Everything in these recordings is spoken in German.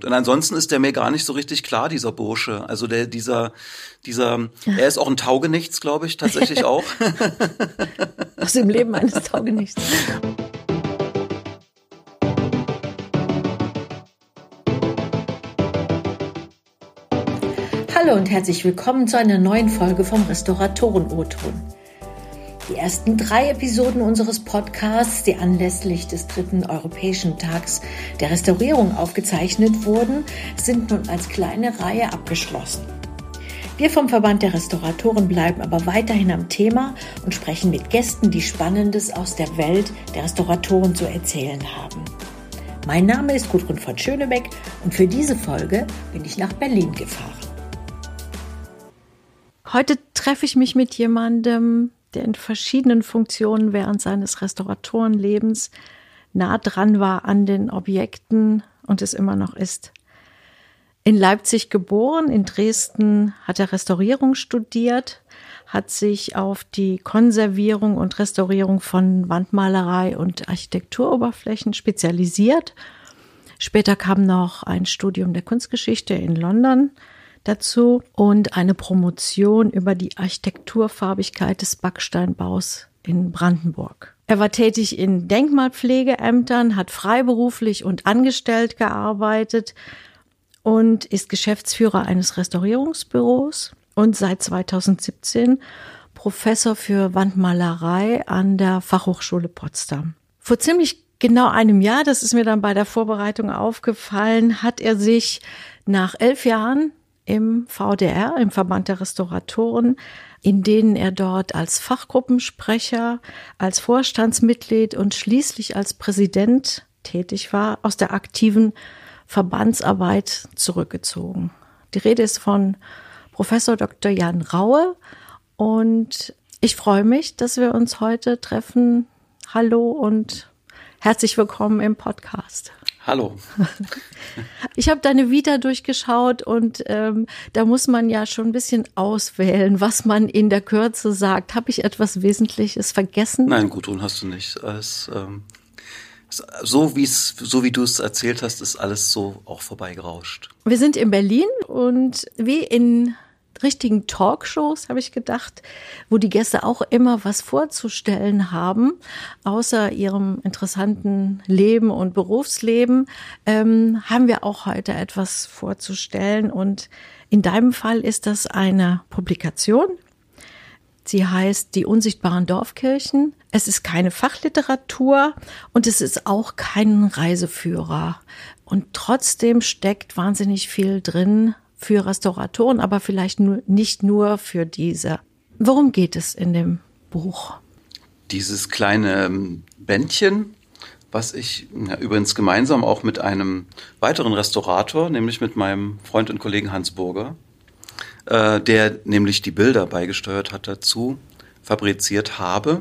Und ansonsten ist der mir gar nicht so richtig klar, dieser Bursche. Also er ist auch ein Taugenichts, glaube ich, tatsächlich auch. Aus dem Leben eines Taugenichts. Hallo und herzlich willkommen zu einer neuen Folge vom Restauratoren-O-Ton. Die ersten 3 Episoden unseres Podcasts, die anlässlich des 3. Europäischen Tags der Restaurierung aufgezeichnet wurden, sind nun als kleine Reihe abgeschlossen. Wir vom Verband der Restauratoren bleiben aber weiterhin am Thema und sprechen mit Gästen, die Spannendes aus der Welt der Restauratoren zu erzählen haben. Mein Name ist Gudrun von Schönebeck und für diese Folge bin ich nach Berlin gefahren. Heute treffe ich mich mit jemandem, der in verschiedenen Funktionen während seines Restauratorenlebens nah dran war an den Objekten und es immer noch ist. In Leipzig geboren, in Dresden hat er Restaurierung studiert, hat sich auf die Konservierung und Restaurierung von Wandmalerei und Architekturoberflächen spezialisiert. Später kam noch ein Studium der Kunstgeschichte in London dazu und eine Promotion über die Architekturfarbigkeit des Backsteinbaus in Brandenburg. Er war tätig in Denkmalpflegeämtern, hat freiberuflich und angestellt gearbeitet und ist Geschäftsführer eines Restaurierungsbüros und seit 2017 Professor für Wandmalerei an der Fachhochschule Potsdam. Vor ziemlich genau einem Jahr, das ist mir dann bei der Vorbereitung aufgefallen, hat er sich nach 11 Jahren im VDR, im Verband der Restauratoren, in denen er dort als Fachgruppensprecher, als Vorstandsmitglied und schließlich als Präsident tätig war, aus der aktiven Verbandsarbeit zurückgezogen. Die Rede ist von Professor Dr. Jan Raue und ich freue mich, dass wir uns heute treffen. Hallo und herzlich willkommen im Podcast. Hallo. Ich habe deine Vita durchgeschaut und da muss man ja schon ein bisschen auswählen, was man in der Kürze sagt. Habe ich etwas Wesentliches vergessen? Nein, Gudrun, hast du nicht. So wie du es erzählt hast, ist alles so auch vorbeigerauscht. Wir sind in Berlin und wie in richtigen Talkshows, habe ich gedacht, wo die Gäste auch immer was vorzustellen haben, außer ihrem interessanten Leben und Berufsleben, haben wir auch heute etwas vorzustellen. Und in deinem Fall ist das eine Publikation. Sie heißt Die unsichtbaren Dorfkirchen. Es ist keine Fachliteratur und es ist auch kein Reiseführer. Und trotzdem steckt wahnsinnig viel drin für Restauratoren, aber vielleicht nicht nur für diese. Worum geht es in dem Buch? Dieses kleine Bändchen, was ich übrigens gemeinsam auch mit einem weiteren Restaurator, nämlich mit meinem Freund und Kollegen Hans Burger, der nämlich die Bilder beigesteuert hat dazu, fabriziert habe.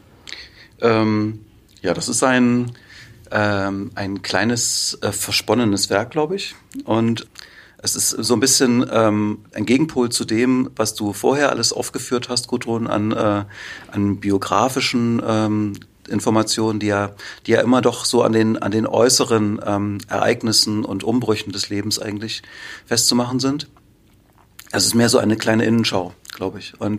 Das ist ein kleines versponnenes Werk, glaube ich. Und es ist so ein bisschen ein Gegenpol zu dem, was du vorher alles aufgeführt hast, Gudrun, an biografischen Informationen, die ja immer doch so an den äußeren Ereignissen und Umbrüchen des Lebens eigentlich festzumachen sind. Es ist mehr so eine kleine Innenschau, glaube ich. Und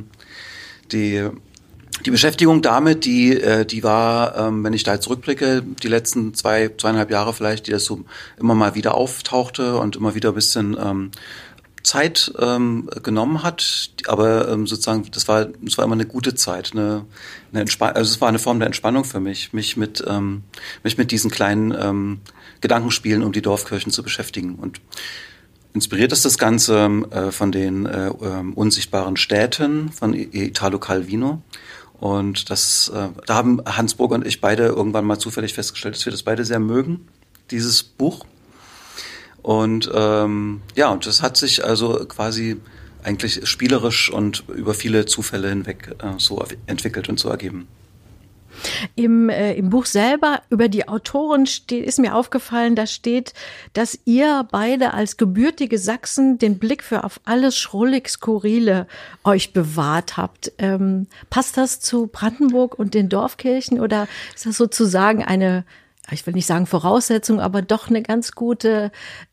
die Beschäftigung damit, die war, wenn ich da jetzt zurückblicke, die letzten 2,5 Jahre vielleicht, die das so immer mal wieder auftauchte und immer wieder ein bisschen Zeit genommen hat, aber sozusagen das war immer eine gute Zeit, also es war eine Form der Entspannung für mich mit diesen kleinen Gedankenspielen um die Dorfkirchen zu beschäftigen. Und inspiriert ist das Ganze von den unsichtbaren Städten von Italo Calvino. Und da haben Hans Burger und ich beide irgendwann mal zufällig festgestellt, dass wir das beide sehr mögen, dieses Buch. Und und das hat sich also quasi eigentlich spielerisch und über viele Zufälle hinweg so entwickelt und so ergeben. Im Buch selber über die Autoren ist mir aufgefallen, da steht, dass ihr beide als gebürtige Sachsen den Blick für auf alles Schrullig-Skurrile euch bewahrt habt. Passt das zu Brandenburg und den Dorfkirchen oder ist das sozusagen eine ich will nicht sagen Voraussetzung, aber doch eine ganz gute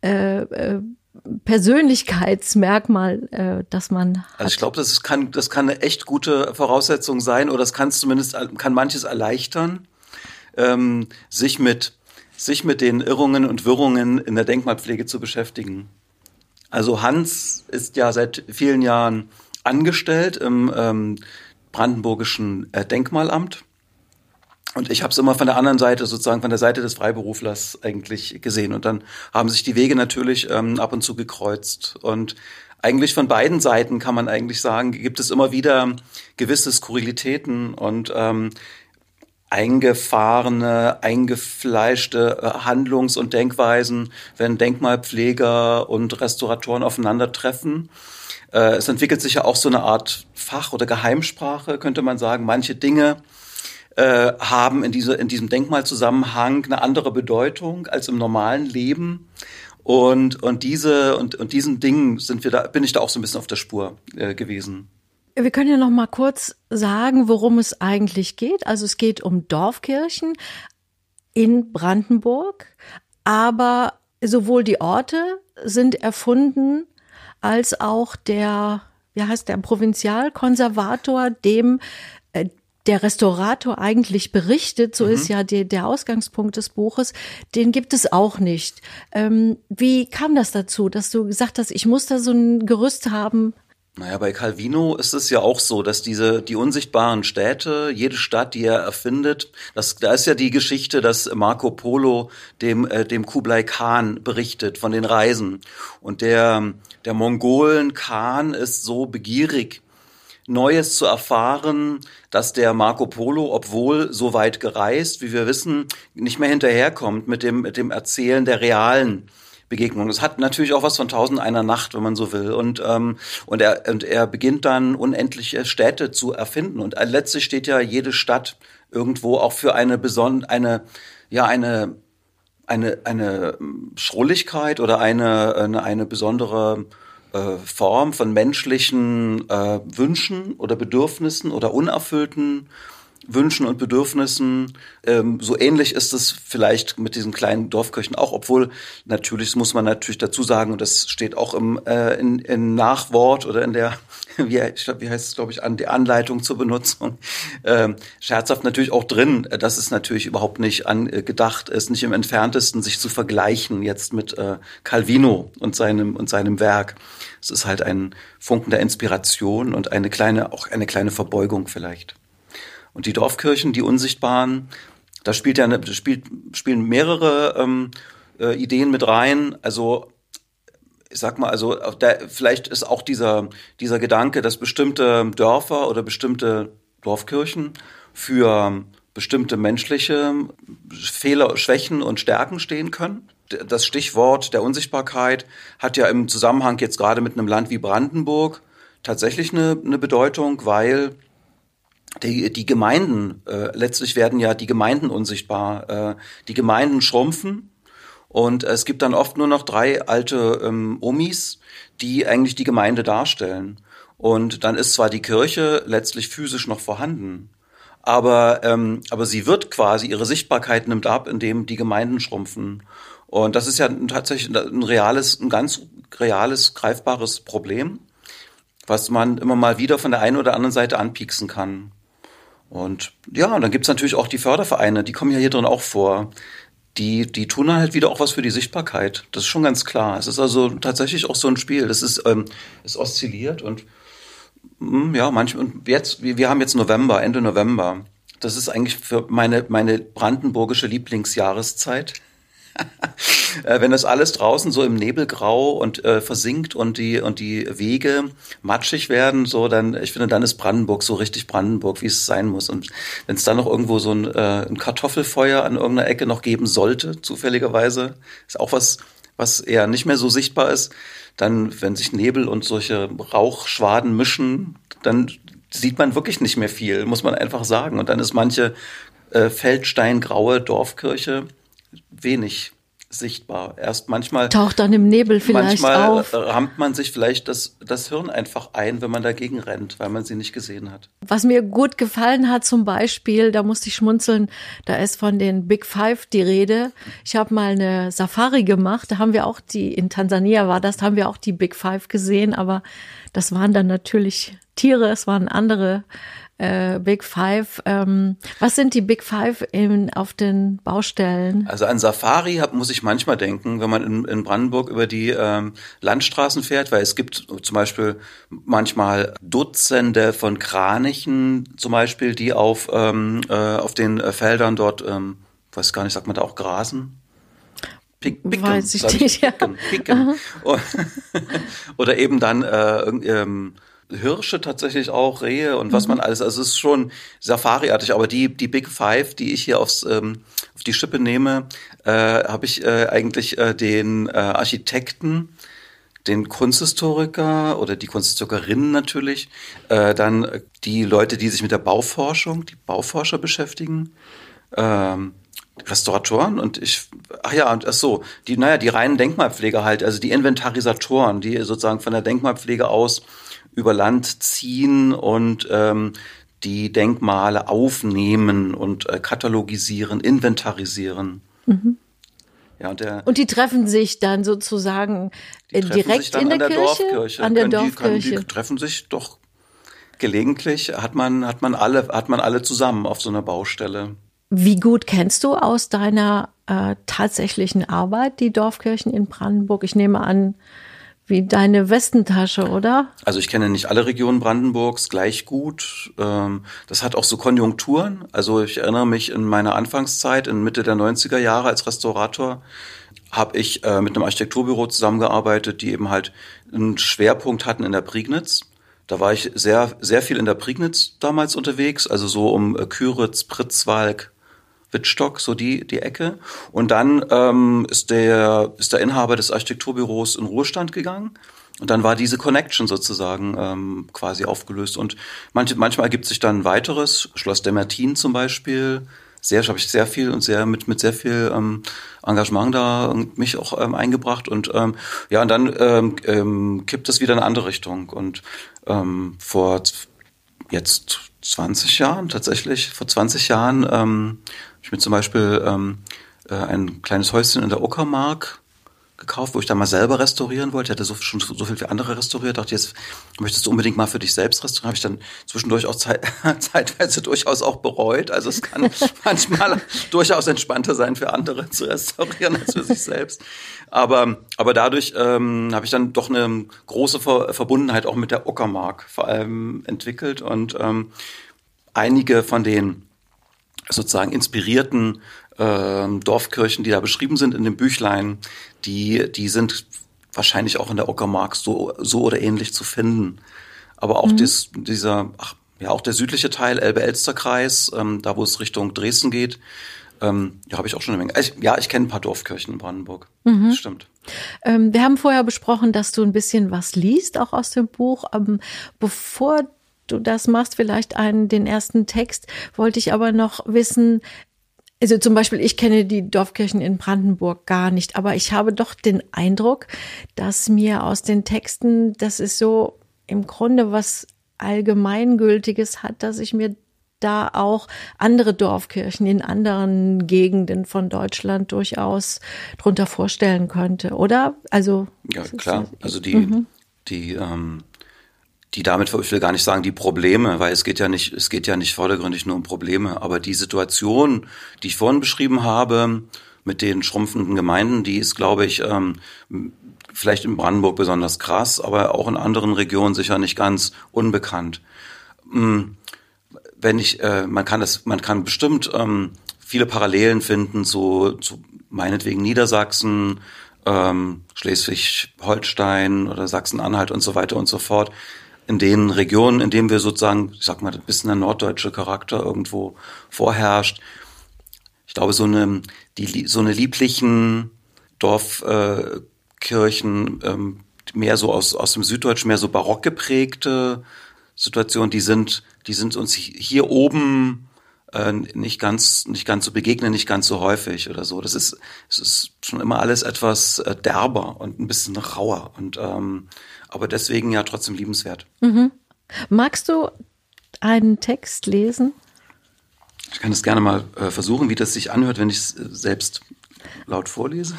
Persönlichkeitsmerkmal, das man hat. Also ich glaube, das kann eine echt gute Voraussetzung sein, oder kann manches erleichtern, sich mit den Irrungen und Wirrungen in der Denkmalpflege zu beschäftigen. Also Hans ist ja seit vielen Jahren angestellt im brandenburgischen Denkmalamt. Und ich habe es immer von der anderen Seite, sozusagen von der Seite des Freiberuflers eigentlich gesehen. Und dann haben sich die Wege natürlich ab und zu gekreuzt. Und eigentlich von beiden Seiten kann man eigentlich sagen, gibt es immer wieder gewisse Skurrilitäten und eingefahrene, eingefleischte Handlungs- und Denkweisen, wenn Denkmalpfleger und Restauratoren aufeinandertreffen. Es entwickelt sich ja auch so eine Art Fach- oder Geheimsprache, könnte man sagen. Manche Dinge haben in diesem Denkmalzusammenhang eine andere Bedeutung als im normalen Leben. Und diesen Dingen bin ich da auch so ein bisschen auf der Spur gewesen. Wir können ja noch mal kurz sagen, worum es eigentlich geht. Also es geht um Dorfkirchen in Brandenburg, aber sowohl die Orte sind erfunden, als auch der Provinzialkonservator, dem der Restaurator eigentlich berichtet, so ist ja der Ausgangspunkt des Buches, den gibt es auch nicht. Wie kam das dazu, dass du gesagt hast, ich muss da so ein Gerüst haben? Naja, bei Calvino ist es ja auch so, dass die unsichtbaren Städte, jede Stadt, die er erfindet, da ist ja die Geschichte, dass Marco Polo dem Kublai Khan berichtet von den Reisen. Und der Mongolen Khan ist so begierig, Neues zu erfahren, dass der Marco Polo, obwohl so weit gereist, wie wir wissen, nicht mehr hinterherkommt mit dem Erzählen der realen Begegnung. Das hat natürlich auch was von 1001 Nacht, wenn man so will. Und er beginnt dann unendliche Städte zu erfinden. Und letztlich steht ja jede Stadt irgendwo auch für eine Schrulligkeit oder eine besondere Form von menschlichen Wünschen oder Bedürfnissen oder unerfüllten Wünschen und Bedürfnissen. So ähnlich ist es vielleicht mit diesen kleinen Dorfkirchen auch, obwohl natürlich, das muss man natürlich dazu sagen, und das steht auch in Nachwort oder in der, wie heißt es, glaube ich, an der Anleitung zur Benutzung, scherzhaft natürlich auch drin, dass es natürlich überhaupt nicht gedacht ist, nicht im Entferntesten sich zu vergleichen jetzt mit Calvino und seinem Werk. Es ist halt ein Funken der Inspiration und eine kleine Verbeugung vielleicht. Und die Dorfkirchen, die Unsichtbaren, da spielen mehrere Ideen mit rein. Also ich sag mal, vielleicht ist auch dieser Gedanke, dass bestimmte Dörfer oder bestimmte Dorfkirchen für bestimmte menschliche Fehler, Schwächen und Stärken stehen können. Das Stichwort der Unsichtbarkeit hat ja im Zusammenhang jetzt gerade mit einem Land wie Brandenburg tatsächlich eine Bedeutung, weil die Gemeinden, letztlich werden ja die Gemeinden unsichtbar. Die Gemeinden schrumpfen und es gibt dann oft nur noch 3 alte Omis, die eigentlich die Gemeinde darstellen. Und dann ist zwar die Kirche letztlich physisch noch vorhanden, aber sie wird quasi, ihre Sichtbarkeit nimmt ab, indem die Gemeinden schrumpfen. Und das ist ja tatsächlich ein ganz reales, greifbares Problem, was man immer mal wieder von der einen oder anderen Seite anpieksen kann. Und ja, und dann gibt's natürlich auch die Fördervereine, die kommen ja hier drin auch vor. Die tun dann halt wieder auch was für die Sichtbarkeit. Das ist schon ganz klar. Es ist also tatsächlich auch so ein Spiel. Das ist, es oszilliert und ja, manchmal, und jetzt, wir haben jetzt November, Ende November. Das ist eigentlich für meine brandenburgische Lieblingsjahreszeit. Wenn das alles draußen so im Nebelgrau und versinkt und die Wege matschig werden, so dann, ich finde, dann ist Brandenburg so richtig Brandenburg, wie es sein muss. Und wenn es dann noch irgendwo so ein Kartoffelfeuer an irgendeiner Ecke noch geben sollte, zufälligerweise, ist auch was eher nicht mehr so sichtbar ist, dann, wenn sich Nebel und solche Rauchschwaden mischen, dann sieht man wirklich nicht mehr viel, muss man einfach sagen. Und dann ist manche feldsteingraue Dorfkirche wenig sichtbar. Erst manchmal taucht dann im Nebel vielleicht auf. Rammt man sich vielleicht das Hirn einfach ein, wenn man dagegen rennt, weil man sie nicht gesehen hat. Was mir gut gefallen hat zum Beispiel, da musste ich schmunzeln, da ist von den Big Five die Rede. Ich habe mal eine Safari gemacht, da haben wir auch in Tansania war das, da haben wir auch die Big Five gesehen, aber das waren dann natürlich Tiere, es waren andere Big Five. Was sind die Big Five auf den Baustellen? Also an Safari muss ich manchmal denken, wenn man in Brandenburg über die Landstraßen fährt, weil es gibt zum Beispiel manchmal Dutzende von Kranichen zum Beispiel, die auf den Feldern dort, weiß gar nicht, sagt man da auch grasen? Picken, weiß ich nicht, ja. Picken. Oder eben dann Hirsche tatsächlich auch, Rehe und was man alles, also es ist schon Safari-artig, aber die Big Five, die ich hier auf die Schippe nehme, habe ich eigentlich den Architekten, den Kunsthistoriker oder die Kunsthistorikerinnen natürlich, dann die Leute, die sich mit der Bauforschung, die Bauforscher beschäftigen, Restauratoren und die reinen Denkmalpfleger halt, also die Inventarisatoren, die sozusagen von der Denkmalpflege aus über Land ziehen und die Denkmale aufnehmen und katalogisieren, inventarisieren. Mhm. Ja, und die treffen sich dann sozusagen direkt in der Kirche? An der Dorfkirche. Die treffen sich doch gelegentlich, hat man alle zusammen auf so einer Baustelle. Wie gut kennst du aus deiner tatsächlichen Arbeit die Dorfkirchen in Brandenburg? Ich nehme an, wie deine Westentasche, oder? Also ich kenne nicht alle Regionen Brandenburgs gleich gut. Das hat auch so Konjunkturen. Also ich erinnere mich in meiner Anfangszeit, in Mitte der 90er Jahre als Restaurator, habe ich mit einem Architekturbüro zusammengearbeitet, die eben halt einen Schwerpunkt hatten in der Prignitz. Da war ich sehr, sehr viel in der Prignitz damals unterwegs, also so um Küritz, Pritzwalk, Wittstock, so die Ecke. Und dann ist der Inhaber des Architekturbüros in Ruhestand gegangen. Und dann war diese Connection sozusagen quasi aufgelöst. Und manchmal ergibt sich dann weiteres. Schloss Demmertin zum Beispiel. Habe ich sehr viel und mit sehr viel Engagement da mich auch eingebracht. Und und dann kippt es wieder in eine andere Richtung. Und vor 20 Jahren habe ich mir zum Beispiel ein kleines Häuschen in der Uckermark gekauft, wo ich dann mal selber restaurieren wollte. Ich hatte schon so viel für andere restauriert. Dachte, jetzt möchtest du unbedingt mal für dich selbst restaurieren. Habe ich dann zwischendurch auch zeitweise durchaus auch bereut. Also es kann manchmal durchaus entspannter sein, für andere zu restaurieren als für sich selbst. Aber dadurch habe ich dann doch eine große Verbundenheit auch mit der Uckermark vor allem entwickelt. Und einige von den sozusagen inspirierten Dorfkirchen, die da beschrieben sind in dem Büchlein, die sind wahrscheinlich auch in der Uckermark so oder ähnlich zu finden. Aber auch auch der südliche Teil, Elbe-Elster-Kreis, da wo es Richtung Dresden geht, habe ich auch schon eine Menge. Ich kenne ein paar Dorfkirchen in Brandenburg. Mhm. Das stimmt. Wir haben vorher besprochen, dass du ein bisschen was liest, auch aus dem Buch. Bevor du das machst, vielleicht den ersten Text, wollte ich aber noch wissen, also zum Beispiel, ich kenne die Dorfkirchen in Brandenburg gar nicht, aber ich habe doch den Eindruck, dass mir aus den Texten, das ist so im Grunde was Allgemeingültiges hat, dass ich mir da auch andere Dorfkirchen in anderen Gegenden von Deutschland durchaus drunter vorstellen könnte, oder? Also ja, klar. Also die damit, ich will gar nicht sagen, die Probleme, weil es geht ja nicht vordergründig nur um Probleme, aber die Situation, die ich vorhin beschrieben habe, mit den schrumpfenden Gemeinden, die ist, glaube ich, vielleicht in Brandenburg besonders krass, aber auch in anderen Regionen sicher nicht ganz unbekannt. Man kann bestimmt viele Parallelen finden zu meinetwegen Niedersachsen, Schleswig-Holstein oder Sachsen-Anhalt und so weiter und so fort. In den Regionen, in denen wir sozusagen, ich sag mal, ein bisschen der norddeutsche Charakter irgendwo vorherrscht. Ich glaube, so eine lieblichen Dorfkirchen, mehr so aus dem Süddeutschen, mehr so barock geprägte Situationen, die sind uns hier oben nicht ganz so begegnen, nicht ganz so häufig oder so. Es ist schon immer alles etwas derber und ein bisschen rauer und aber deswegen ja trotzdem liebenswert. Mhm. Magst du einen Text lesen? Ich kann es gerne mal versuchen, wie das sich anhört, wenn ich es selbst laut vorlese.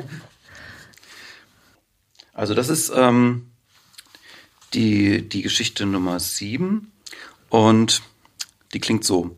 Also das ist die Geschichte Nummer 7 und die klingt so.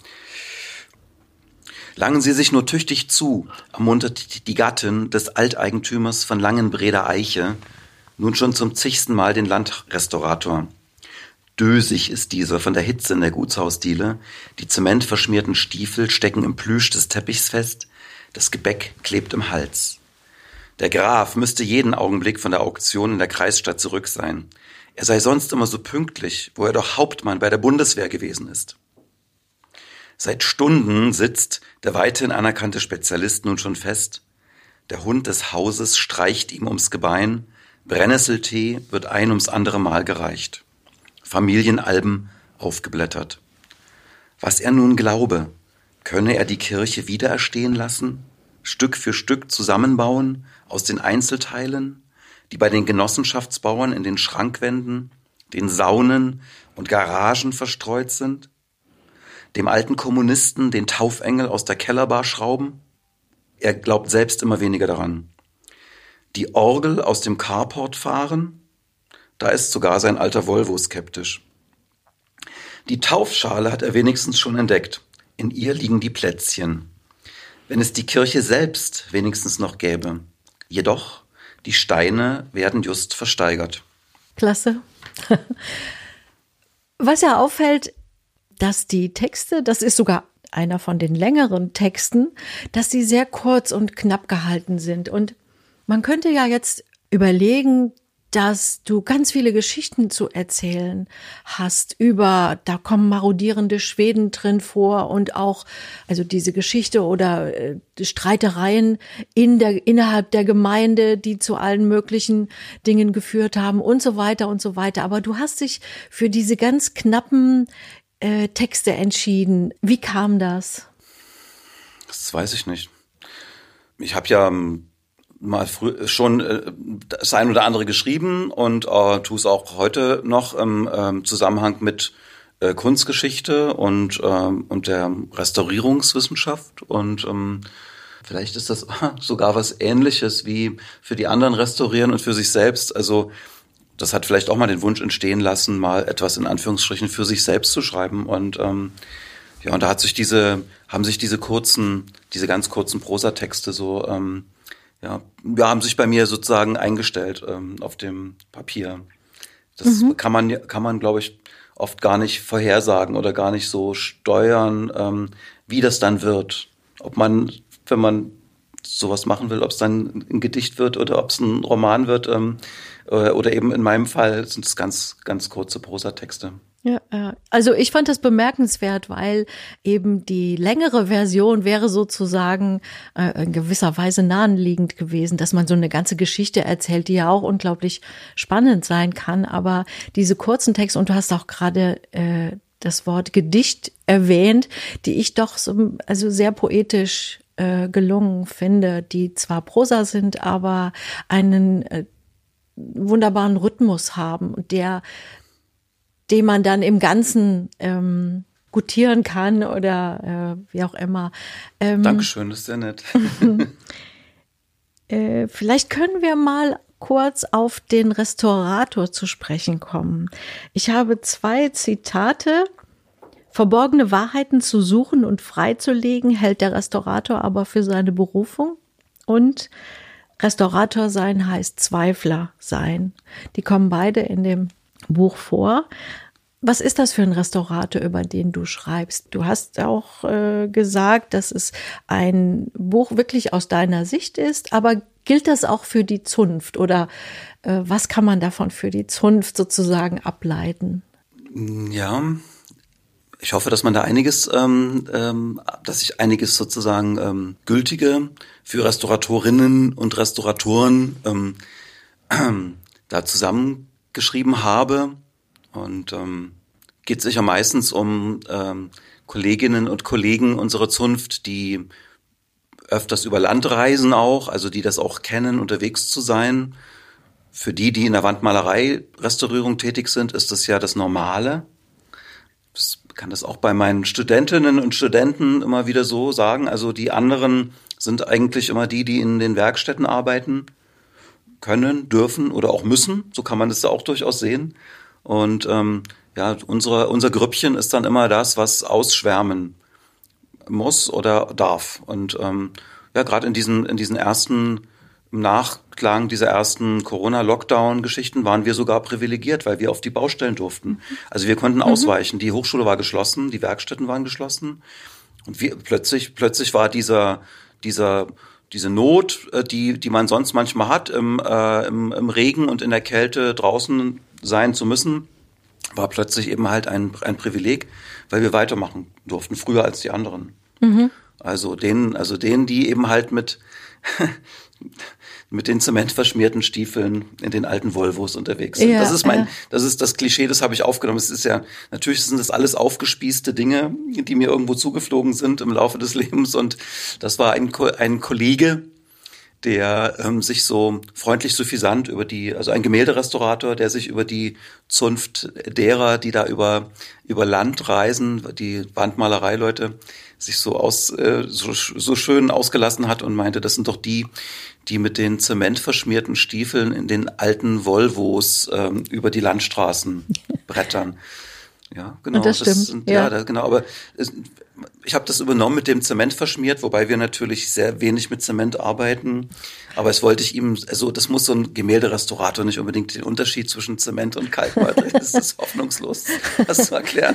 Langen Sie sich nur tüchtig zu, ermuntert die Gattin des Alteigentümers von Langenbreder Eiche, nun schon zum zigsten Mal den Landrestaurator. Dösig ist dieser von der Hitze in der Gutshausdiele, die zementverschmierten Stiefel stecken im Plüsch des Teppichs fest, das Gebäck klebt im Hals. Der Graf müsste jeden Augenblick von der Auktion in der Kreisstadt zurück sein. Er sei sonst immer so pünktlich, wo er doch Hauptmann bei der Bundeswehr gewesen ist. Seit Stunden sitzt der weithin anerkannte Spezialist nun schon fest. Der Hund des Hauses streicht ihm ums Gebein, Brennnesseltee wird ein ums andere Mal gereicht. Familienalben aufgeblättert. Was er nun glaube, könne er die Kirche wiedererstehen lassen, Stück für Stück zusammenbauen aus den Einzelteilen, die bei den Genossenschaftsbauern in den Schrankwänden, den Saunen und Garagen verstreut sind, dem alten Kommunisten den Taufengel aus der Kellerbar schrauben? Er glaubt selbst immer weniger daran. Die Orgel aus dem Carport fahren? Da ist sogar sein alter Volvo skeptisch. Die Taufschale hat er wenigstens schon entdeckt. In ihr liegen die Plätzchen. Wenn es die Kirche selbst wenigstens noch gäbe. Jedoch, die Steine werden just versteigert. Klasse. Was ja auffällt, dass die Texte, das ist sogar einer von den längeren Texten, dass sie sehr kurz und knapp gehalten sind. Und man könnte ja jetzt überlegen, dass du ganz viele Geschichten zu erzählen hast da kommen marodierende Schweden drin vor und auch, also diese Geschichte oder Streitereien innerhalb der Gemeinde, die zu allen möglichen Dingen geführt haben und so weiter und so weiter. Aber du hast dich für diese ganz knappen Texte entschieden. Wie kam das? Das weiß ich nicht. Ich habe ja mal schon das ein oder andere geschrieben und tue es auch heute noch im Zusammenhang mit Kunstgeschichte und der Restaurierungswissenschaft und vielleicht ist das sogar was Ähnliches wie für die anderen restaurieren und für sich selbst. Also das hat vielleicht auch mal den Wunsch entstehen lassen, mal etwas in Anführungsstrichen für sich selbst zu schreiben und ja, und da haben sich diese ganz kurzen Prosatexte so haben sich bei mir sozusagen eingestellt auf dem Papier. Das kann man, glaube ich, oft gar nicht vorhersagen oder gar nicht so steuern, wie das dann wird. Ob man, wenn man sowas machen will, ob es dann ein Gedicht wird oder ob es ein Roman wird oder eben in meinem Fall sind es ganz, ganz kurze Prosatexte. Ja, also ich fand das bemerkenswert, weil eben die längere Version wäre sozusagen in gewisser Weise naheliegend gewesen, dass man so eine ganze Geschichte erzählt, die ja auch unglaublich spannend sein kann. Aber diese kurzen Texte, und du hast auch gerade das Wort Gedicht erwähnt, die ich doch also sehr poetisch gelungen finde, die zwar Prosa sind, aber einen wunderbaren Rhythmus haben und den man dann im Ganzen gutieren kann oder wie auch immer. Dankeschön, das ist sehr nett. Vielleicht können wir mal kurz auf den Restaurator zu sprechen kommen. Ich habe 2 Zitate. Verborgene Wahrheiten zu suchen und freizulegen, hält der Restaurator aber für seine Berufung. Und Restaurator sein heißt Zweifler sein. Die kommen beide in dem Buch vor. Was ist das für ein Restaurator, über den du schreibst? Du hast auch gesagt, dass es ein Buch wirklich aus deiner Sicht ist, aber gilt das auch für die Zunft oder was kann man davon für die Zunft sozusagen ableiten? Ja, ich hoffe, dass man da dass ich einiges sozusagen Gültige für Restauratorinnen und Restauratoren da zusammengeschrieben habe und geht sicher meistens um Kolleginnen und Kollegen unserer Zunft, die öfters über Land reisen auch, also die das auch kennen, unterwegs zu sein. Für die in der Wandmalerei-Restaurierung tätig sind, ist das ja das Normale. Ich kann das auch bei meinen Studentinnen und Studenten immer wieder so sagen. Also die anderen sind eigentlich immer die in den Werkstätten arbeiten können, dürfen oder auch müssen. So kann man das da auch durchaus sehen. Und unser Grüppchen ist dann immer das, was ausschwärmen muss oder darf. Und gerade in diesen ersten, im Nachklang dieser ersten Corona-Lockdown-Geschichten waren wir sogar privilegiert, weil wir auf die Baustellen durften. Also wir konnten ausweichen. Die Hochschule war geschlossen, die Werkstätten waren geschlossen. Und plötzlich war diese Not, die man sonst manchmal hat, im Regen und in der Kälte draußen sein zu müssen, war plötzlich eben halt ein Privileg, weil wir weitermachen durften, früher als die anderen. Also denen, die eben halt mit den zementverschmierten Stiefeln in den alten Volvos unterwegs sind. Ja, das ist das Klischee, das habe ich aufgenommen. Es ist ja, natürlich sind das alles aufgespießte Dinge, die mir irgendwo zugeflogen sind im Laufe des Lebens. Und das war ein Kollege, der sich so freundlich suffisant also ein Gemälderestaurator, der sich über die Zunft derer, die da über Land reisen, die Wandmalereileute, sich so schön ausgelassen hat und meinte, das sind doch die mit den zementverschmierten Stiefeln in den alten Volvos über die Landstraßen brettern. Ja, genau. Und das stimmt. Genau. Aber ich habe das übernommen mit dem Zement verschmiert, wobei wir natürlich sehr wenig mit Zement arbeiten. Aber das wollte ich ihm, also das muss so ein Gemälderestaurator nicht unbedingt den Unterschied zwischen Zement und Kalkmaterial. Das ist hoffnungslos, das zu erklären.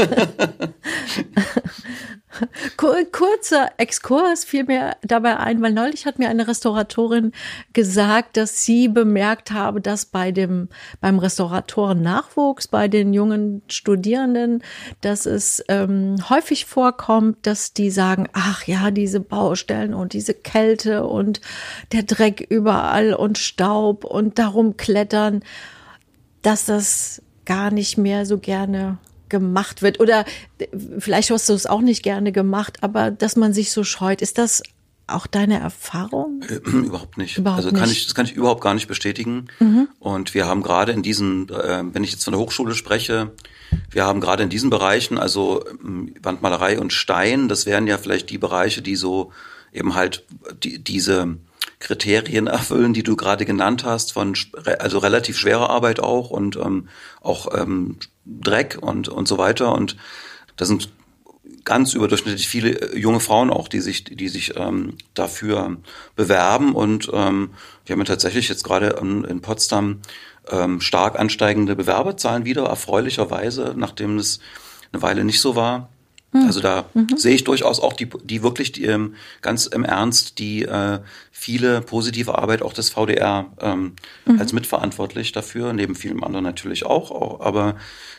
Kurzer Exkurs fiel mir dabei ein, weil neulich hat mir eine Restauratorin gesagt, dass sie bemerkt habe, dass beim Restauratoren-Nachwuchs, bei den jungen Studierenden, dass es häufig vorkommt, dass die sagen, ach ja, diese Baustellen und diese Kälte und der Dreck überall und Staub und darum klettern, dass das gar nicht mehr so gerne gemacht wird. Oder vielleicht hast du es auch nicht gerne gemacht, aber dass man sich so scheut. Ist das auch deine Erfahrung? Überhaupt nicht. Das kann ich überhaupt gar nicht bestätigen. Und wir haben gerade in diesen, wenn ich jetzt von der Hochschule spreche, wir haben gerade in diesen Bereichen, also Wandmalerei und Stein, das wären ja vielleicht die Bereiche, die so eben halt diese Kriterien erfüllen, die du gerade genannt hast, also relativ schwere Arbeit auch und auch Dreck und so weiter. Und da sind ganz überdurchschnittlich viele junge Frauen auch, die sich dafür bewerben. Und wir haben ja tatsächlich jetzt gerade in Potsdam stark ansteigende Bewerberzahlen wieder, erfreulicherweise, nachdem es eine Weile nicht so war. Also da sehe ich durchaus auch die wirklich ganz im Ernst die viele positive Arbeit auch des VDR als mitverantwortlich dafür, neben vielem anderen natürlich auch. Aber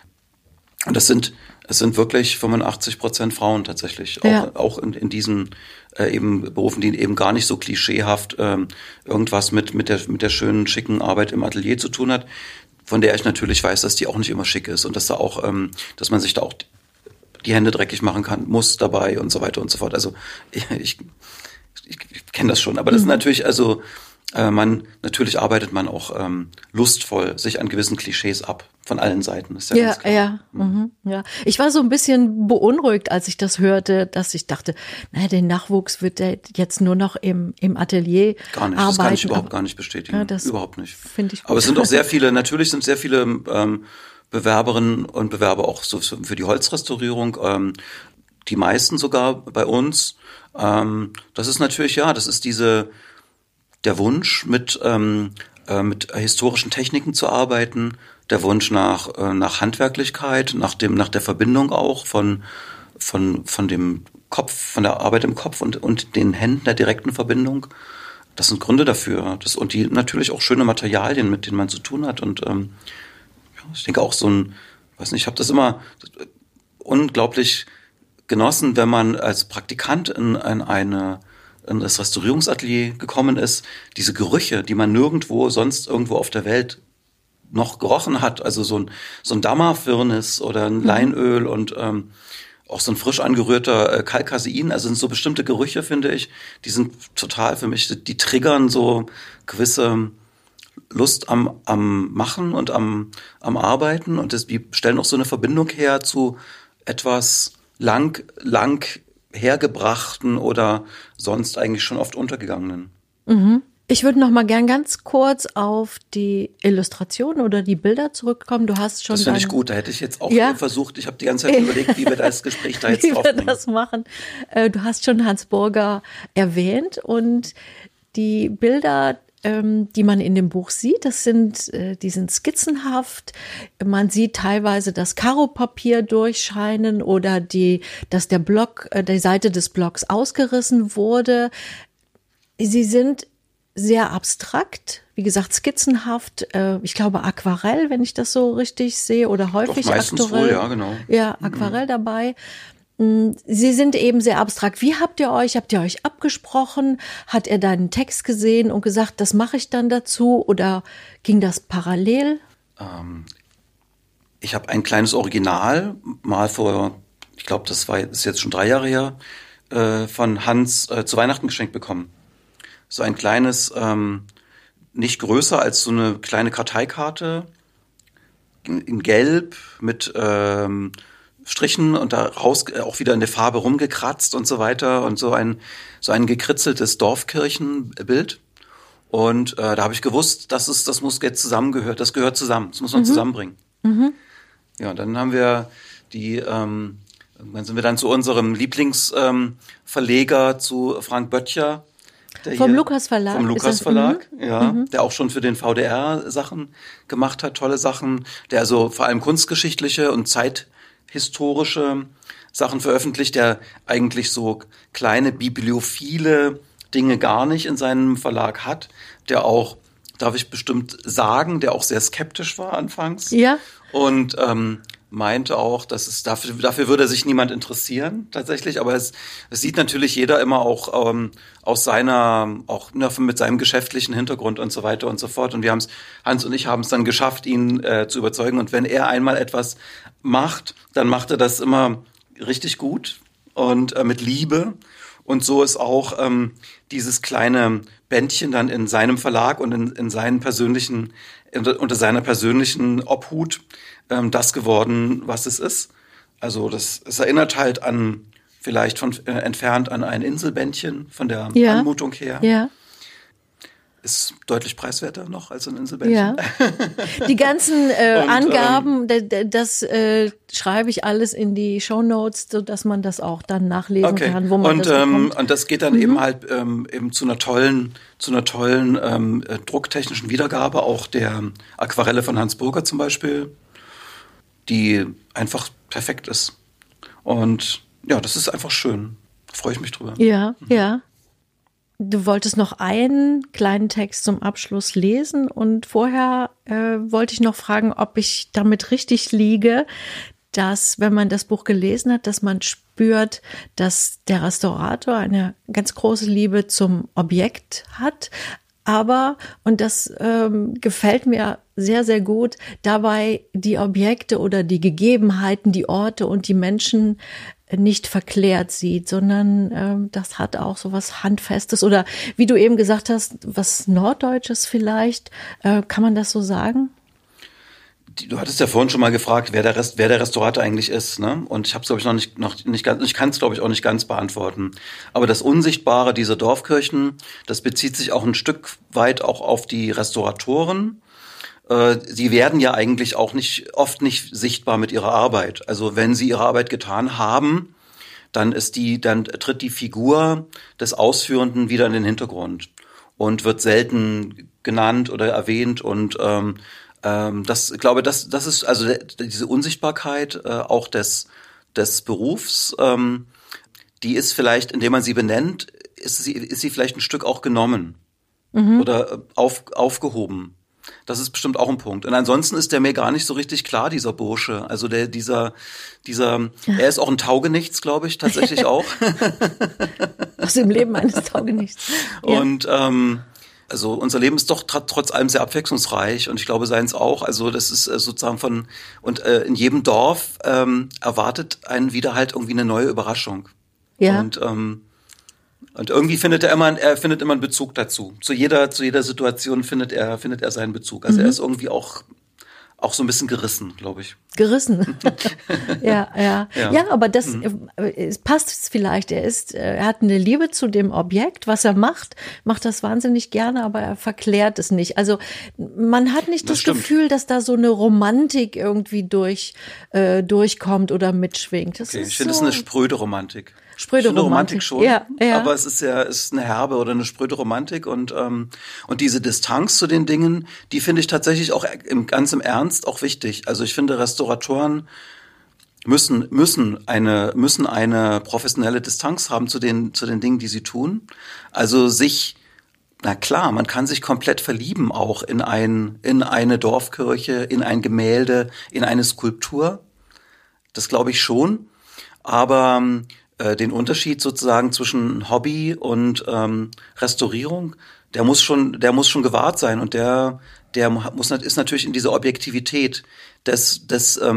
es sind wirklich 85% Frauen tatsächlich, auch in diesen eben Berufen, die eben gar nicht so klischeehaft irgendwas mit der schönen, schicken Arbeit im Atelier zu tun hat, von der ich natürlich weiß, dass die auch nicht immer schick ist und dass da auch, dass man sich da auch die Hände dreckig machen kann, muss dabei und so weiter und so fort. Also ich kenne das schon, aber das ist natürlich, also natürlich arbeitet man auch lustvoll sich an gewissen Klischees ab, von allen Seiten. Ist ja ganz klar. Ja. Ich war so ein bisschen beunruhigt, als ich das hörte, dass ich dachte, naja, den Nachwuchs wird der jetzt nur noch im Atelier gar nicht, arbeiten. Das kann ich überhaupt gar nicht bestätigen. Ja, überhaupt nicht. Finde ich gut. Aber es sind auch natürlich sind sehr viele Bewerberinnen und Bewerber auch so für die Holzrestaurierung, die meisten sogar bei uns. Das ist natürlich, das ist der Wunsch, mit historischen Techniken zu arbeiten, der Wunsch nach Handwerklichkeit, nach der Verbindung auch von dem Kopf, von der Arbeit im Kopf und den Händen, der direkten Verbindung. Das sind Gründe dafür. Und die natürlich auch schöne Materialien, mit denen man zu tun hat. Und ich denke auch ich habe das immer unglaublich genossen, wenn man als Praktikant in das Restaurierungsatelier gekommen ist, diese Gerüche, die man nirgendwo sonst irgendwo auf der Welt noch gerochen hat, also so ein Dammerfirnis oder ein Leinöl und auch so ein frisch angerührter Kalkasein, also sind so bestimmte Gerüche, finde ich, die sind total für mich, die triggern so gewisse Lust am Machen und am Arbeiten und die stellen auch so eine Verbindung her zu etwas lang hergebrachten oder sonst eigentlich schon oft untergegangenen. Mhm. Ich würde noch mal gern ganz kurz auf die Illustration oder die Bilder zurückkommen. Du hast schon. Das finde ich gut. Da hätte ich jetzt auch versucht. Ich habe die ganze Zeit überlegt, wie wir das Gespräch da jetzt drauf wie wir das machen. Du hast schon Hans Burger erwähnt und die Bilder, die man in dem Buch sieht, die sind skizzenhaft. Man sieht teilweise das Karopapier durchscheinen oder dass die Seite des Blocks ausgerissen wurde. Sie sind sehr abstrakt, wie gesagt, skizzenhaft. Ich glaube Aquarell, wenn ich das so richtig sehe, oder häufig Doch, meistens Aquarell. wohl, ja, genau. Ja, Aquarell dabei. Sie sind eben sehr abstrakt. Wie habt ihr euch abgesprochen? Hat er deinen Text gesehen und gesagt, das mache ich dann dazu? Oder ging das parallel? Ich habe ein kleines Original mal ich glaube, das ist jetzt schon 3 Jahre her, von Hans zu Weihnachten geschenkt bekommen. So ein kleines, nicht größer als so eine kleine Karteikarte in Gelb mit Strichen und daraus auch wieder in der Farbe rumgekratzt und so weiter und so ein gekritzeltes Dorfkirchenbild. Und da habe ich gewusst, das muss jetzt zusammengehört, das gehört zusammen, das muss man zusammenbringen. Mhm. Ja, und dann haben wir irgendwann sind wir dann zu unserem Lieblingsverleger, zu Frank Böttcher. Vom Lukas Verlag. Vom Lukas Verlag, der auch schon für den VDR Sachen gemacht hat, tolle Sachen, der also vor allem kunstgeschichtliche und zeithistorische Sachen veröffentlicht, der eigentlich so kleine bibliophile Dinge gar nicht in seinem Verlag hat, der auch, darf ich bestimmt sagen, der auch sehr skeptisch war anfangs. Ja. Und meinte auch, dass es dafür würde sich niemand interessieren tatsächlich, aber es sieht natürlich jeder immer auch aus mit seinem geschäftlichen Hintergrund und so weiter und so fort. Und Hans und ich haben es dann geschafft, ihn zu überzeugen. Und wenn er einmal etwas macht, dann macht er das immer richtig gut und mit Liebe. Und so ist auch dieses kleine Bändchen dann in seinem Verlag und in seinen unter seiner persönlichen Obhut das geworden, was es ist. Also es erinnert halt vielleicht entfernt an ein Inselbändchen von der Anmutung her. Ja. Ist deutlich preiswerter noch als ein Inselbändchen. Ja. Die ganzen Angaben, das schreibe ich alles in die Shownotes, sodass man das auch dann nachlesen kann, wo man das bekommt. Und das geht dann eben halt eben zu einer tollen drucktechnischen Wiedergabe, auch der Aquarelle von Hans Burger zum Beispiel, die einfach perfekt ist. Und ja, das ist einfach schön. Da freue ich mich drüber. Ja, ja. Du wolltest noch einen kleinen Text zum Abschluss lesen und vorher wollte ich noch fragen, ob ich damit richtig liege, dass, wenn man das Buch gelesen hat, dass man spürt, dass der Restaurator eine ganz große Liebe zum Objekt hat, aber, und das gefällt mir sehr, sehr gut, dabei die Objekte oder die Gegebenheiten, die Orte und die Menschen nicht verklärt sieht, sondern das hat auch so was Handfestes oder wie du eben gesagt hast, was Norddeutsches vielleicht. Kann man das so sagen? Du hattest ja vorhin schon mal gefragt, wer der Restaurator eigentlich ist, ne? Und ich habe es, glaube ich, noch nicht ganz, ich kann es, glaube ich, auch nicht ganz beantworten. Aber das Unsichtbare dieser Dorfkirchen, das bezieht sich auch ein Stück weit auch auf die Restauratoren. Sie werden ja eigentlich auch oft nicht sichtbar mit ihrer Arbeit. Also wenn sie ihre Arbeit getan haben, dann tritt die Figur des Ausführenden wieder in den Hintergrund und wird selten genannt oder erwähnt. Und das ist also diese Unsichtbarkeit auch des Berufs, die ist vielleicht, indem man sie benennt, ist sie vielleicht ein Stück auch genommen oder aufgehoben. Das ist bestimmt auch ein Punkt. Und ansonsten ist der mir gar nicht so richtig klar, dieser Bursche. Also er ist auch ein Taugenichts, glaube ich, tatsächlich auch. Aus dem Leben eines Taugenichts. Ja. Und Also unser Leben ist doch trotz allem sehr abwechslungsreich und ich glaube seins auch. Also das ist sozusagen in jedem Dorf erwartet einen wieder halt irgendwie eine neue Überraschung. Ja. Und irgendwie findet er findet immer einen Bezug dazu. Zu jeder Situation findet er seinen Bezug. Also er ist irgendwie auch so ein bisschen gerissen, glaube ich. Gerissen. Ja, aber es passt vielleicht. Er hat eine Liebe zu dem Objekt, was er macht das wahnsinnig gerne, aber er verklärt es nicht. Also man hat nicht das Gefühl, dass da so eine Romantik irgendwie durchkommt oder mitschwingt. Ich finde es eine spröde Romantik. Spröde Romantik schon, ja. Aber es ist eine herbe oder eine spröde Romantik und diese Distanz zu den Dingen, die finde ich tatsächlich auch ganz im Ernst auch wichtig. Also ich finde, Restauratoren müssen eine professionelle Distanz haben zu den Dingen, die sie tun. Also na klar, man kann sich komplett verlieben auch in eine Dorfkirche, in ein Gemälde, in eine Skulptur. Das glaube ich schon, aber den Unterschied sozusagen zwischen Hobby und Restaurierung, der muss schon gewahrt sein und der ist natürlich in dieser Objektivität des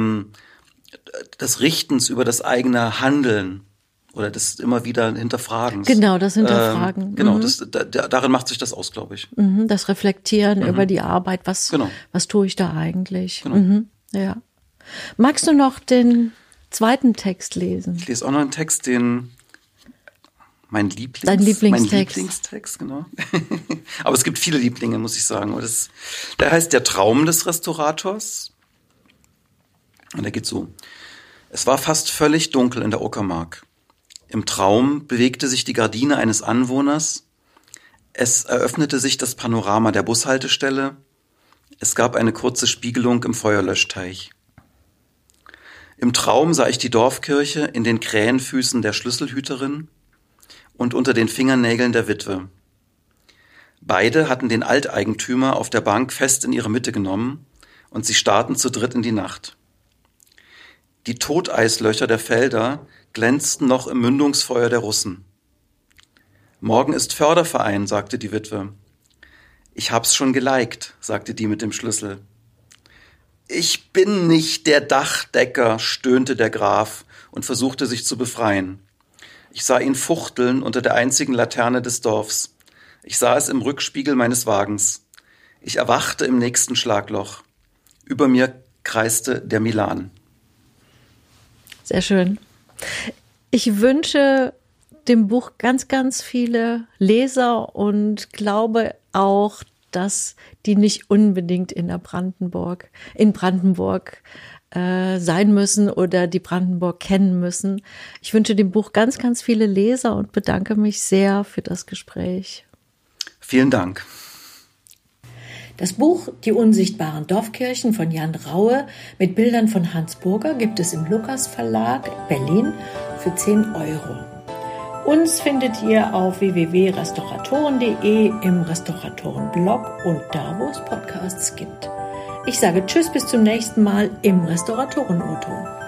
Richtens über das eigene Handeln oder des immer wieder Hinterfragens. Genau, das Hinterfragen. Genau, darin macht sich das aus, glaube ich. Das Reflektieren über die Arbeit, was tue ich da eigentlich? Genau. Ja. Magst du noch den zweiten Text lesen? Ich lese auch noch einen Text, mein Lieblingstext. Mein Lieblingstext, genau. Aber es gibt viele Lieblinge, muss ich sagen. Der heißt Der Traum des Restaurators. Und der geht so. Es war fast völlig dunkel in der Uckermark. Im Traum bewegte sich die Gardine eines Anwohners. Es eröffnete sich das Panorama der Bushaltestelle. Es gab eine kurze Spiegelung im Feuerlöschteich. Im Traum sah ich die Dorfkirche in den Krähenfüßen der Schlüsselhüterin und unter den Fingernägeln der Witwe. Beide hatten den Alteigentümer auf der Bank fest in ihre Mitte genommen und sie starrten zu dritt in die Nacht. Die Toteislöcher der Felder glänzten noch im Mündungsfeuer der Russen. Morgen ist Förderverein, sagte die Witwe. Ich hab's schon geliked, sagte die mit dem Schlüssel. Ich bin nicht der Dachdecker, stöhnte der Graf und versuchte sich zu befreien. Ich sah ihn fuchteln unter der einzigen Laterne des Dorfs. Ich sah es im Rückspiegel meines Wagens. Ich erwachte im nächsten Schlagloch. Über mir kreiste der Milan. Sehr schön. Ich wünsche dem Buch ganz, ganz viele Leser und glaube auch, dass die nicht unbedingt in Brandenburg sein müssen oder die Brandenburg kennen müssen. Ich wünsche dem Buch ganz, ganz viele Leser und bedanke mich sehr für das Gespräch. Vielen Dank. Das Buch Die unsichtbaren Dorfkirchen von Jan Raue mit Bildern von Hans Burger gibt es im Lukas Verlag Berlin für 10 €. Uns findet ihr auf www.restauratoren.de, im Restauratoren-Blog und da, wo es Podcasts gibt. Ich sage Tschüss, bis zum nächsten Mal im Restauratoren-O-Ton.